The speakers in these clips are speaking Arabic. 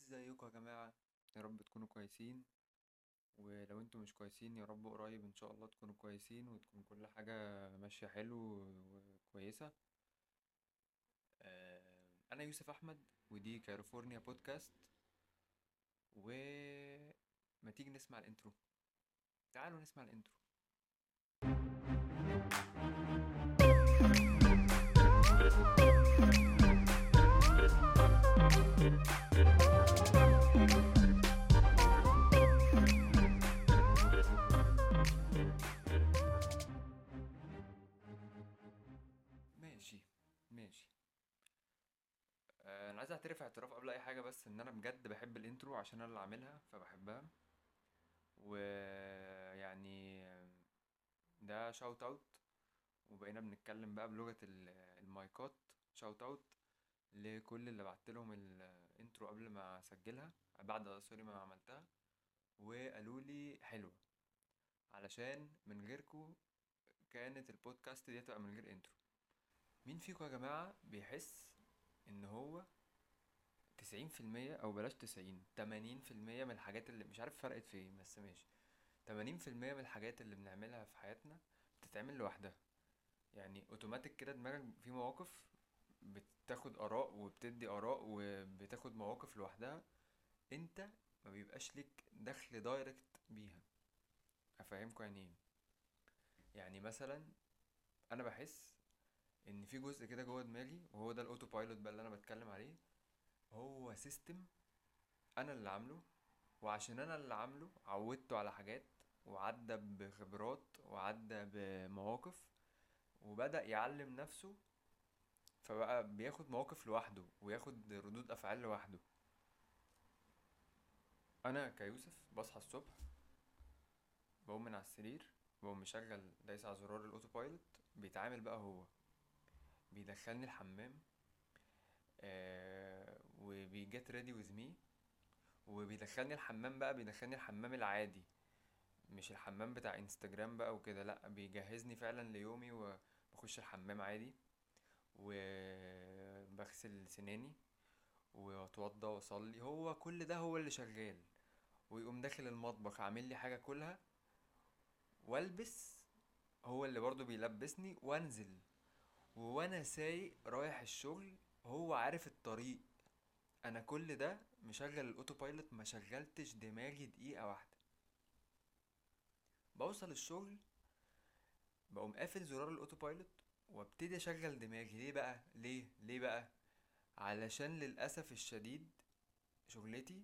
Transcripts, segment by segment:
ازيكم يا جماعة؟ يا رب تكونوا كويسين. ولو انتوا مش كويسين يا رب قريب ان شاء الله تكونوا كويسين وتكون كل حاجة ماشية حلو وكويسة. انا يوسف احمد، ودي كاليفورنيا بودكاست. وما تيجي نسمع الانترو؟ تعالوا نسمع الانترو. ماشي ماشي. انا عايز اعترف اعتراف قبل اي حاجة، بس ان انا بجد بحب الانترو عشان انا اللي عاملها فبحبها. ويعني ده شاوت اوت. وبقينا بنتكلم بقى بلغة المايكات. شاوت اوت لكل اللي بعت لهم الانترو قبل ما اسجلها، بعد سوري ما عملتها، وقالوا لي حلوة. علشان من غيركو كانت البودكاست دي هتبقى من غير انترو. مين فيكم يا جماعة بيحس ان هو 90% او بلاش 90، 80% من الحاجات اللي مش عارف فرقت في ايه بس ماشي، 80% من الحاجات اللي بنعملها في حياتنا بتتعمل لوحدها؟ يعني اوتوماتيك كده دماغك في مواقف بتاخد اراء وبتدي اراء وبتاخد مواقف لوحدها. انت ما بيبقاش ليك دخل دايركت بيها. افهمكم يعني ايه؟ يعني مثلا انا بحس ان في جزء كده جوه دماغي، وهو ده الاوتو بايلوت بقى اللي انا بتكلم عليه. هو سيستم انا اللي عامله، وعشان انا اللي عامله عودته على حاجات، وعدى بخبرات وعدى بمواقف، وبدأ يعلم نفسه. فبقى بياخد مواقف لوحده وياخد ردود افعال لوحده. انا كيوسف بصحى الصبح، بقوم من على السرير، بقوم مشغل دايس على زرار الاوتو بايلوت. بيتعامل بقى هو، بيدخلني الحمام، وبيجيت ريدي وذ مي. وبيدخلني الحمام بقى، بيدخلني الحمام العادي، مش الحمام بتاع انستجرام بقى وكده، لا بيجهزني فعلا ليومي وبخش الحمام عادي. وبغسل سناني واتوضى واصلي، هو كل ده هو اللي شغال. ويقوم داخل المطبخ عامل لي حاجه كلها والبس، هو اللي برضو بيلبسني وانزل. وانا سايق رايح الشغل هو عارف الطريق. انا كل ده مشغل الاوتو بايلوت، ما شغلتش دماغي دقيقة واحدة. بوصل الشغل، بقوم قافل زرار الاوتو بايلوت وابتدي اشغل دماغي. ليه بقى؟ ليه بقى؟ علشان للاسف الشديد شغلتي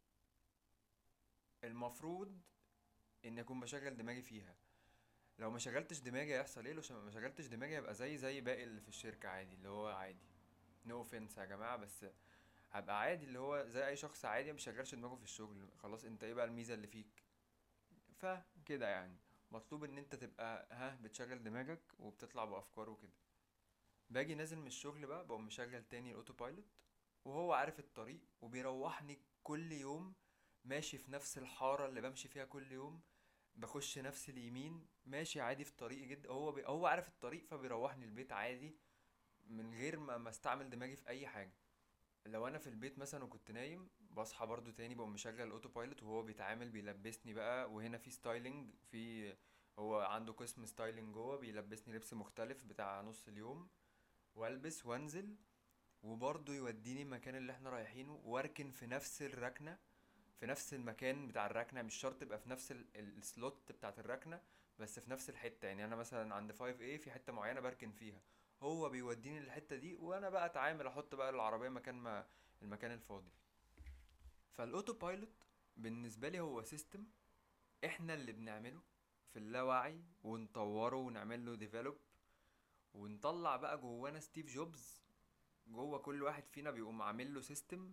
المفروض ان اكون بشغل دماغي فيها. لو ما شغلتش دماغي هيحصل ايه؟ لو ما شغلتش دماغي هبقى زي باقي اللي في الشركة عادي، اللي هو عادي. نو اوفنس يا جماعة، بس هبقى عادي اللي هو زي اي شخص عادي ما بيشغلش دماغه في الشغل. خلاص، انت ايه بقى الميزة اللي فيك؟ فكده يعني مطلوب ان انت تبقى بتشغل دماغك وبتطلع بافكار وكده. باجي نازل من الشغل بقى، بقوم مشغل تاني الاوتو بايلوت، وهو عارف الطريق وبيروحني كل يوم. ماشي في نفس الحارة اللي بمشي فيها كل يوم، بخش نفس اليمين، ماشي عادي في طريقي جدا. هو عارف الطريق فبيروحني البيت عادي، من غير ما استعمل دماغي في اي حاجة. لو انا في البيت مثلا وكنت نايم، بصحى برضو تاني بقوم مشغل الاوتو بايلوت وهو بيتعامل بيلبسني بقى. وهنا في ستايلينج، هو عنده قسم ستايلينج جوه، بيلبسني لبس مختلف بتاع نص اليوم، والبس وانزل. وبرضه يوديني المكان اللي احنا رايحينه، واركن في نفس الركنة، في نفس المكان بتاع الركنة. مش شرط تبقى في نفس السلوت بتاعت الركنة، بس في نفس الحتة. يعني انا مثلا عند 5A في حتة معينة بركن فيها، هو بيوديني للحتة دي، وانا بقى اتعامل احط بقى العربية مكان ما المكان الفاضي. فالاوتو بايلوت بالنسبة لي هو سيستم احنا اللي بنعمله في اللاوعي، ونطوره ونعمل له ديفلوب، ونطلع بقى جوانا ستيف جوبز. جوه كل واحد فينا بيقوم عامل له سيستم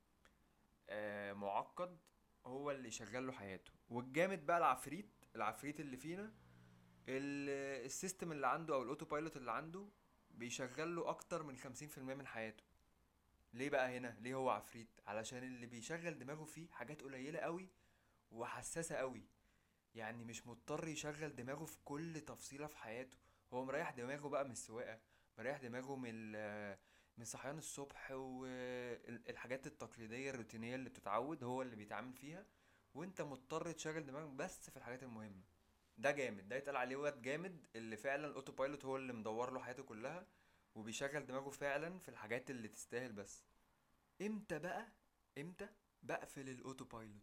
معقد، هو اللي يشغل له حياته. والجامد بقى العفريت اللي فينا، السيستم اللي عنده او الاوتو بايلوت اللي عنده بيشغل له اكتر من 50% من حياته. ليه بقى هنا؟ ليه هو عفريت؟ علشان اللي بيشغل دماغه فيه حاجات قليلة قوي وحساسة قوي. يعني مش مضطر يشغل دماغه في كل تفصيلة في حياته. هو مريح دماغه بقى من السواقة، مريح دماغه من صحيان الصبح والحاجات الحاجات التقليدية الروتينية اللي بتتعود هو اللي بيتعامل فيها، وانت مضطر تشغل دماغك بس في الحاجات المهمة. ده جامد، ده يتقال عليه واد جامد، اللي فعلا الاوتو بايلوت هو اللي مدور له حياته كلها، وبيشغل دماغه فعلا في الحاجات اللي تستاهل بس. امتى بقى، امتى بقفل الاوتو بايلوت؟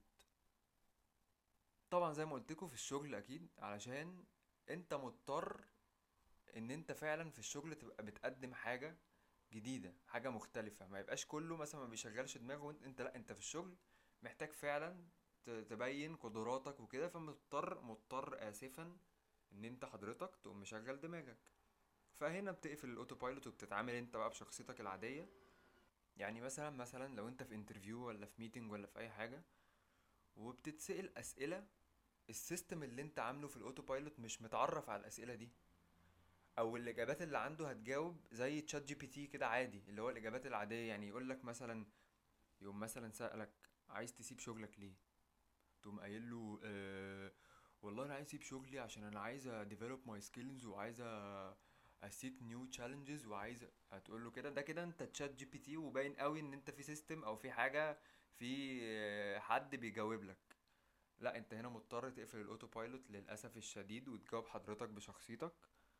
طبعا زي ما قلتلكوا في الشغل اكيد، علشان انت مضطر ان انت فعلا في الشغل تبقى بتقدم حاجة جديدة، حاجة مختلفة، ما يبقاش كله مثلا ما بيشغلش دماغه، وانت لا، انت في الشغل محتاج فعلا تبين قدراتك وكده، فمضطر اسفا ان انت حضرتك تقوم مشغل دماغك. فهنا بتقفل الاوتو بايلوت وبتتعامل انت بقى بشخصيتك العادية. يعني مثلا لو انت في انترفيو ولا في ميتنج ولا في اي حاجة، وبتتسأل اسئلة، السيستم اللي انت عامله في الاوتو بايلوت مش متعرف على الاسئلة دي، او الاجابات اللي عنده هتجاوب زي تشات جي بي تي كده عادي، اللي هو الاجابات العاديه. يعني يقول لك مثلا، يقوم مثلا سألك عايز تسيب شغلك ليه، تقوم قايل له والله انا عايز اسيب شغلي عشان انا عايز ديفلوب ماي سكيلز، وعايز اسيت نيو تشالنجز، وعايز. هتقول له كده، ده كده انت تشات جي بي تي، وباين قوي ان انت في سيستم او في حاجه، في حد بيجاوب لك. لا، انت هنا مضطر تقفل الاوتو بايلوت للاسف الشديد، وتجاوب حضرتك بشخصيتك.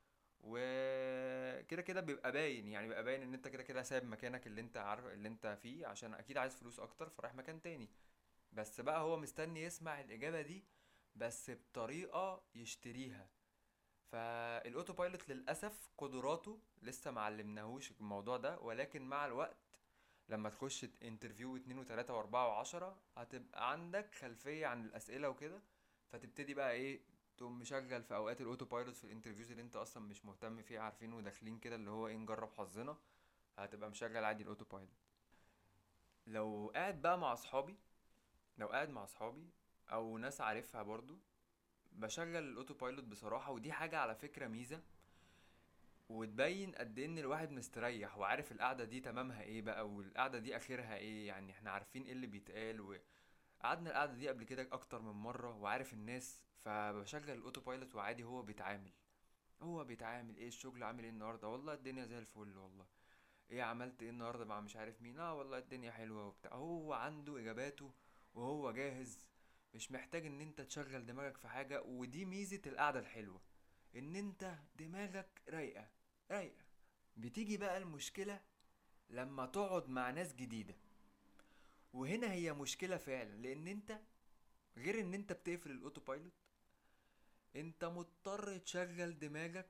وكده كده بيبقى باين، يعني بيبقى باين ان انت كده كده سايب مكانك اللي انت عارف اللي انت فيه، عشان اكيد عايز فلوس اكتر فرايح مكان تاني. بس بقى هو مستني يسمع الاجابة دي، بس بطريقة يشتريها. فالاوتو بايلوت للاسف قدراته لسه معلمناهوش الموضوع ده، ولكن مع الوقت لما تخش انترفيو اتنين وتلاتة واربعة وعشرة، هتبقى عندك خلفية عن الاسئلة وكده، فتبتدي بقى ايه، تقوم مشغل في اوقات الاوتو بايلوت في الانترفيوز اللي انت اصلا مش مهتم فيه، عارفين وداخلين كده اللي هو ايه، نجرب حظنا. هتبقى مشغل عادي الاوتو بايلوت. لو قاعد بقى مع اصحابي، لو قاعد مع اصحابي او ناس عارفها برضو، بشغل الاوتو بايلوت بصراحة، ودي حاجة على فكرة ميزة، وتبين قد ايه ان الواحد مستريح وعارف القعدة دي تمامها ايه بقى، والقعدة دي اخرها ايه، يعني احنا عارفين ايه اللي بيتقال، وقعدنا القعدة دي قبل كده اكتر من مرة، وعارف الناس. فبشغل الاوتو بايلوت وعادي هو بيتعامل، هو بيتعامل ايه الشغل عامل ايه النهارده، والله الدنيا زي الفل، والله ايه عملت ايه النهارده مع مش عارف مين، اه والله الدنيا حلوه وبتاع، هو عنده اجاباته وهو جاهز. مش محتاج ان انت تشغل دماغك في حاجه، ودي ميزه القعده الحلوه، ان انت دماغك رايقه، رايقه. بتيجي بقى المشكله لما تقعد مع ناس جديده، وهنا هي مشكله فعلا، لان انت غير ان انت بتقفل الاوتو بايلوت، انت مضطر تشغل دماغك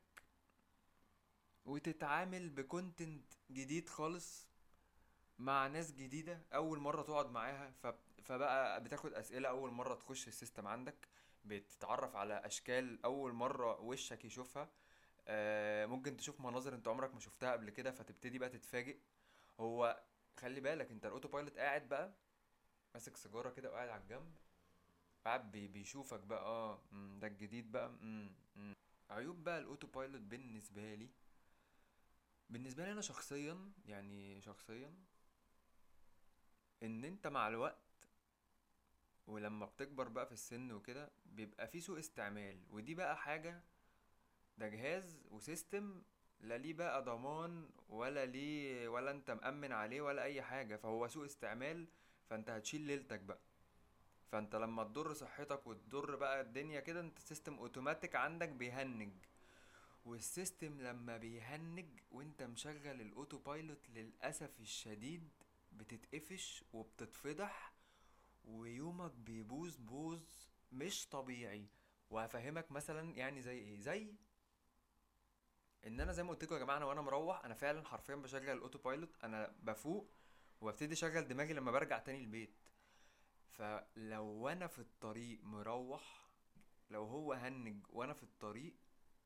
وتتعامل بكونتنت جديد خالص، مع ناس جديدة أول مرة تقعد معاها. فبقى بتاخد أسئلة أول مرة تخش السيستم عندك، بتتعرف على أشكال أول مرة وشك يشوفها. ممكن تشوف مناظر انت عمرك ما شفتها قبل كده، فتبتدي بقى تتفاجئ. هو خلي بالك انت الاوتو بايلوت قاعد بقى ماسك سيجارة كده وقاعد على الجنب، قاعد بيشوفك بقى، ده الجديد بقى. عيوب بقى الاوتو بايلوت بالنسبة لي انا شخصيا، يعني شخصيا، ان انت مع الوقت ولما بتكبر بقى في السن وكده بيبقى في سوء استعمال، ودي بقى حاجة، ده جهاز وسيستم، لا ليه بقى ضمان ولا ليه، ولا انت مأمن عليه ولا اي حاجة، فهو سوء استعمال. فانت هتشيل ليلتك بقى. فانت لما تضر صحتك وتضر بقى الدنيا كده، انت السيستم اوتوماتيك عندك بيهنج، والسيستم لما بيهنج وانت مشغل الاوتو بايلوت للأسف الشديد بتتقفش وبتتفضح، ويومك بيبوظ بوظ مش طبيعي. وهفهمك مثلا يعني زي ايه، زي ان انا زي ما قلت لكم يا جماعه، انا وانا مروح انا فعلا حرفيا بشغل الاوتو بايلوت، انا بفوق وابتدي اشغل دماغي لما برجع تاني البيت. فلو انا في الطريق مروح، لو هو هنج وانا في الطريق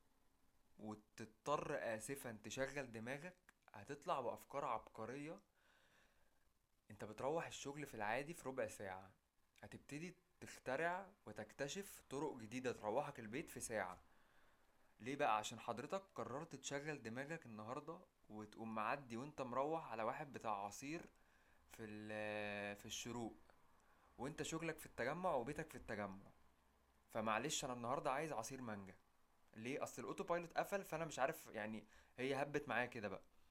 وتضطر اسفا تشغل دماغك، هتطلع بافكار عبقريه. انت بتروح الشغل في العادي في ربع ساعه، هتبتدي تخترع وتكتشف طرق جديدة تروحك البيت في ساعة. ليه بقى؟ عشان حضرتك قررت تشغل دماغك النهاردة، وتقوم معدي وانت مروح على واحد بتاع عصير في الشروق، وانت شغلك في التجمع وبيتك في التجمع، فمعلش انا النهاردة عايز عصير مانجا. ليه؟ اصل الاوتو بايلوت قفل، فانا مش عارف يعني، هي هبت معايا كده بقى.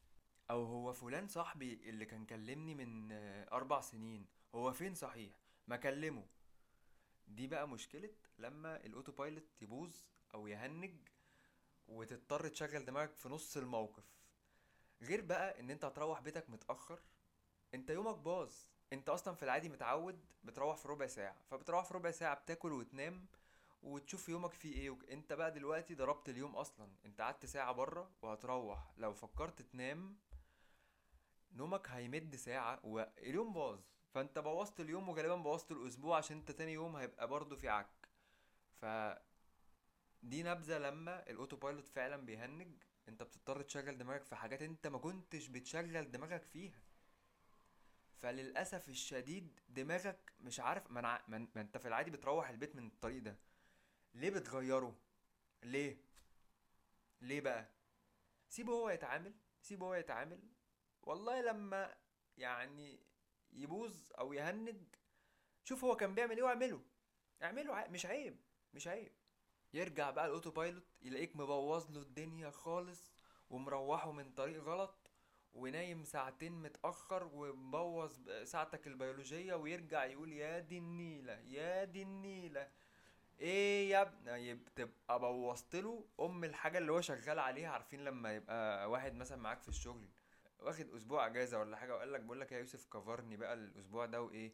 او هو فلان صاحبي اللي كان كلمني من 4 سنين هو فين صحيح، ما كلمه. دي بقى مشكلة لما الاوتو بايلوت يبوظ او يهنج وتضطر تشغل دماغك في نص الموقف. غير بقى ان انت هتروح بيتك متأخر، انت يومك باظ. انت اصلا في العادي متعود بتروح في ربع ساعة، فبتروح في ربع ساعة بتاكل وتنام وتشوف يومك فيه ايه انت بقى دلوقتي ضربت اليوم اصلا، انت قعدت ساعة بره وهتروح لو فكرت تنام نومك هيمد ساعة واليوم باظ. فانت بوظت اليوم وغالبا بوظت الاسبوع عشان انت تاني يوم هيبقى برضو في عك. فدي نبذة لما الاوتو بايلوت فعلا بيهنج. انت بتضطر تشغل دماغك في حاجات انت ما كنتش بتشغل دماغك فيها. فللاسف الشديد دماغك مش عارف ما انت في العادي بتروح البيت من الطريق ده، ليه بتغيره؟ ليه؟ ليه بقى؟ سيبه هو يتعامل، سيبه هو يتعامل. والله لما يعني يبوظ او يهنج، شوف هو كان بيعمل ايه واعمله. مش عيب، مش عيب. يرجع بقى الاوتو بايلوت يلاقيك مبوظ له الدنيا خالص ومروحه من طريق غلط ونايم ساعتين متأخر ومبوظ ساعتك البيولوجية، ويرجع يقول يا دي النيلة يا دي النيلة. ايه يا ابني؟ تبقى بوظت له ام الحاجة اللي هو شغال عليها. عارفين لما يبقى واحد مثلا معاك في الشغل واخد اسبوع اجازة ولا حاجة وقال لك بقول لك يا يوسف كفرني بقى الاسبوع ده وايه،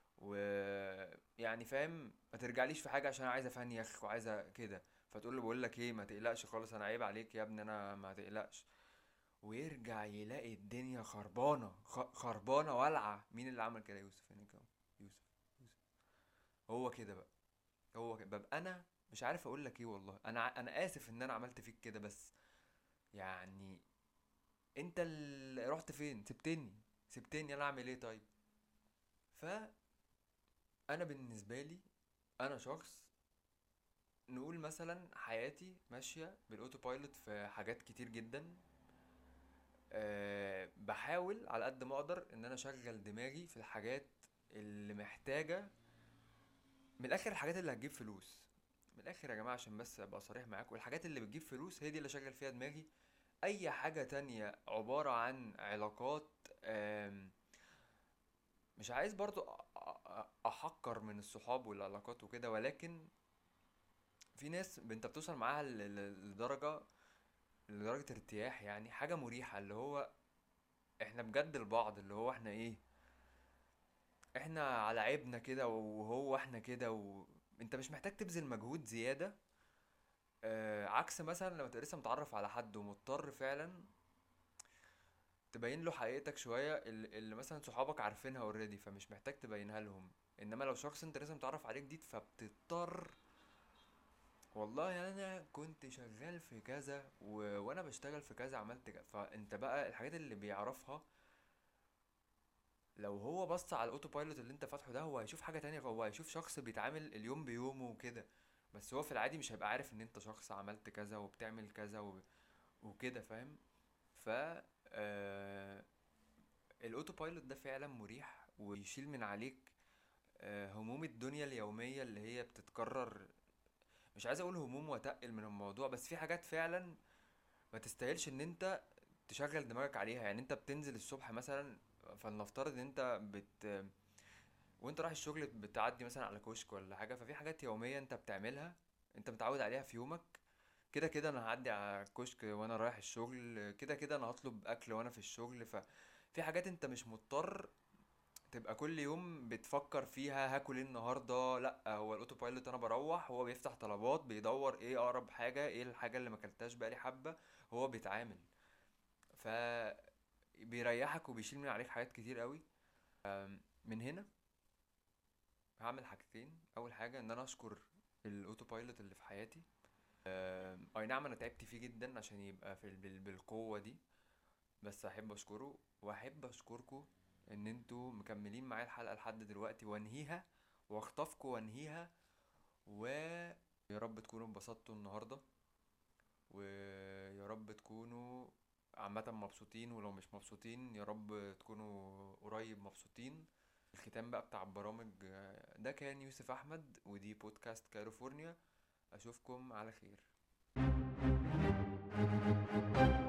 ويعني فاهم ما ترجعليش في حاجه عشان انا عايز افنيخ وعايزه كده. فتقول له بقول لك ايه ما تقلقش خالص، انا عيب عليك يا ابني، انا ما تقلقش. ويرجع يلاقي الدنيا خربانه خربانه والعه. مين اللي عمل كده؟ يوسف هناك اهو. يوسف. يوسف. هو كده بقى. هو كده ببقى انا مش عارف اقول لك ايه. والله انا اسف ان انا عملت فيك كده، بس يعني انت اللي رحت فين؟ سبتني، سبتني انا اعمل ايه طيب؟ فانا بالنسبه لي انا شخص، نقول مثلا حياتي ماشية بالاوتو بايلوت في حاجات كتير جدا. بحاول على قد ما اقدر ان انا اشغل دماغي في الحاجات اللي محتاجة، من الاخر الحاجات اللي هتجيب فلوس. من الاخر يا جماعة عشان بس ابقى صريح معاكم، الحاجات اللي بتجيب فلوس هي دي اللي اشغل فيها دماغي. اي حاجة تانية عبارة عن علاقات، آم، مش عايز برضو احقر من الصحاب والعلاقات وكده، ولكن في ناس انت بتوصل معاها لدرجة ارتياح، يعني حاجة مريحة اللي هو احنا بجد لبعض، اللي هو احنا ايه، احنا على عيبنا كده وهو احنا كده انت مش محتاج تبذل مجهود زيادة. عكس مثلا لما تبقى لسه متعرف على حد ومضطر فعلا تبين له حقيقتك شوية اللي مثلا صحابك عارفينها اوريدي فمش محتاج تبينها لهم. انما لو شخص انت لسه متعرف عليه جديد فبتضطر. والله انا كنت شغال في كذا وانا بشتغل في كذا عملت كذا، فانت بقى الحاجات اللي بيعرفها لو هو بص على الاوتو بايلوت اللي انت فاتحه ده هو هيشوف حاجة تانية، هو هيشوف شخص بيتعامل اليوم بيومه وكده. بس هو في العادي مش هيبقى عارف ان انت شخص عملت كذا وبتعمل كذا وكده فاهم. ف آه... الاوتو بايلوت ده فعلا مريح ويشيل من عليك هموم الدنيا اليومية اللي هي بتتكرر. مش عايز اقول هموم واتقل من الموضوع، بس في حاجات فعلا ما تستاهلش ان انت تشغل دماغك عليها. يعني انت بتنزل الصبح مثلا، فلنفترض ان انت وانت رايح الشغل بتعدي مثلا على كشك ولا حاجه، ففي حاجات يوميه انت بتعملها انت متعود عليها في يومك. كده كده انا هعدي على الكشك وانا رايح الشغل، كده كده انا هطلب اكل وانا في الشغل. ففي حاجات انت مش مضطر تبقى كل يوم بتفكر فيها هاكل ايه النهارده. لا، هو الاوتو بايلوت انا بروح هو بيفتح طلبات بيدور ايه اقرب حاجه، ايه الحاجه اللي ما اكلتهاش بقالي حبه، هو بيتعامل. ف بيريحك وبيشيل من عليك حاجات كتير قوي. من هنا هعمل حاجتين. اول حاجه ان انا اشكر الاوتو بايلوت اللي في حياتي. اي نعم انا تعبت فيه جدا عشان يبقى بالقوه دي، بس احب اشكره واحب اشكركم ان انتوا مكملين معايا الحلقه لحد دلوقتي وانهيها واخطفكم وانهيها. ويا رب تكونوا انبسطتوا النهارده، ويا رب تكونوا عامة مبسوطين، ولو مش مبسوطين يا رب تكونوا قريب مبسوطين. الختام بقى بتاع البرامج ده كان يوسف احمد ودي بودكاست كاليفورنيا. اشوفكم على خير.